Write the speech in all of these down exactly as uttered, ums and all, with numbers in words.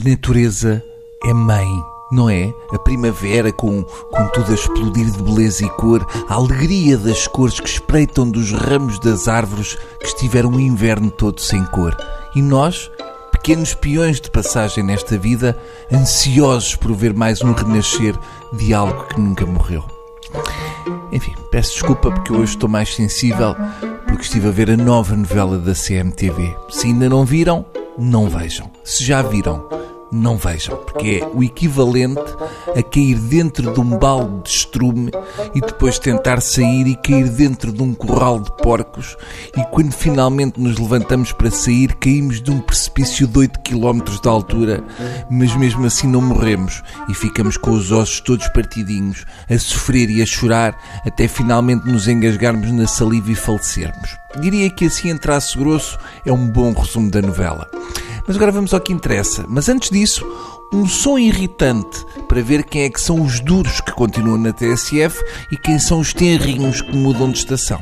A natureza é mãe, não é? A primavera com, com tudo a explodir de beleza e cor, a alegria das cores que espreitam dos ramos das árvores que estiveram o inverno todo sem cor. E nós, pequenos peões de passagem nesta vida, ansiosos por ver mais um renascer de algo que nunca morreu. Enfim, peço desculpa porque hoje estou mais sensível, porque estive a ver a nova novela da C M T V. Se ainda não viram, não vejam. Se já viram, não vejam, porque é o equivalente a cair dentro de um balde de estrume e depois tentar sair e cair dentro de um corral de porcos, e quando finalmente nos levantamos para sair, caímos de um precipício de oito quilómetros de altura, mas mesmo assim não morremos e ficamos com os ossos todos partidinhos, a sofrer e a chorar, até finalmente nos engasgarmos na saliva e falecermos. Diria que assim, em traço grosso, é um bom resumo da novela. Mas agora vamos ao que interessa. Mas antes disso, um som irritante para ver quem é que são os duros que continuam na T S F e quem são os tenrinhos que mudam de estação.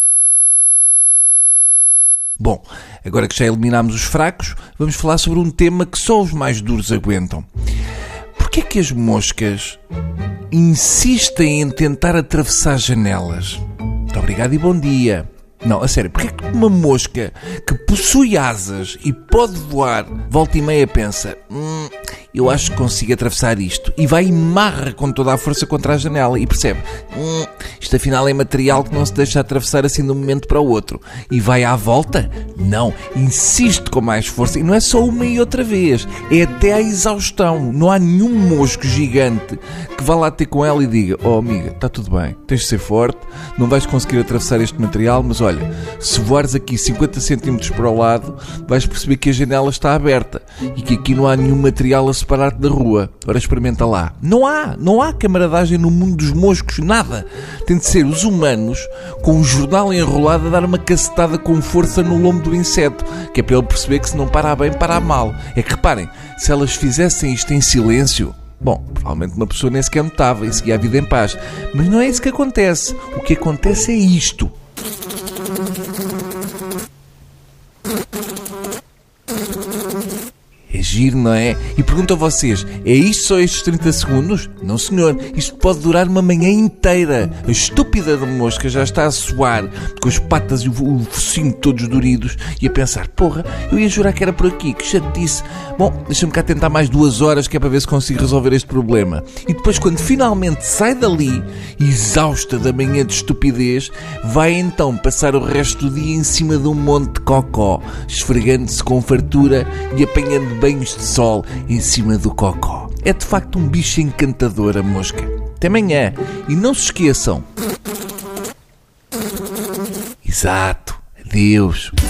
Bom, agora que já eliminámos os fracos, vamos falar sobre um tema que só os mais duros aguentam. Porquê é que as moscas insistem em tentar atravessar janelas? Muito obrigado e bom dia. Não, a sério, porque é que uma mosca que possui asas e pode voar, volta e meia pensa, hum, eu acho que consigo atravessar isto, e vai e marra com toda a força contra a janela e percebe, hum, isto afinal é material que não se deixa atravessar assim de um momento para o outro, e vai à volta? Não, insiste com mais força, e não é só uma e outra vez, é até à exaustão. Não há nenhum mosco gigante que vá lá ter com ela e diga, oh amiga, está tudo bem, tens de ser forte, não vais conseguir atravessar este material, mas olha, Olha, se voares aqui cinquenta centímetros para o lado, vais perceber que a janela está aberta e que aqui não há nenhum material a separar-te da rua. Ora, experimenta lá. Não há, não há camaradagem no mundo dos moscos, nada. Tem de ser os humanos com um jornal enrolado a dar uma cacetada com força no lombo do inseto, que é para ele perceber que se não parar bem, parar mal. É que reparem, se elas fizessem isto em silêncio, bom, provavelmente uma pessoa nem sequer notava e seguia a vida em paz. Mas não é isso que acontece. O que acontece é isto. É giro, não é? E pergunto a vocês, é isto só estes trinta segundos? Não, senhor. Isto pode durar uma manhã inteira. A estúpida da mosca já está a suar, com as patas e o focinho todos doridos, e a pensar, porra, eu ia jurar que era por aqui, que chatice. Bom, deixa-me cá tentar mais duas horas, que é para ver se consigo resolver este problema. E depois, quando finalmente sai dali, exausta da manhã de estupidez, vai então passar o resto do dia em cima de um monte de cocó, esfregando-se com fartura e apanhando banhos de sol em cima do cocó. É de facto um bicho encantador, a mosca. Até amanhã. E não se esqueçam. Exato. Adeus.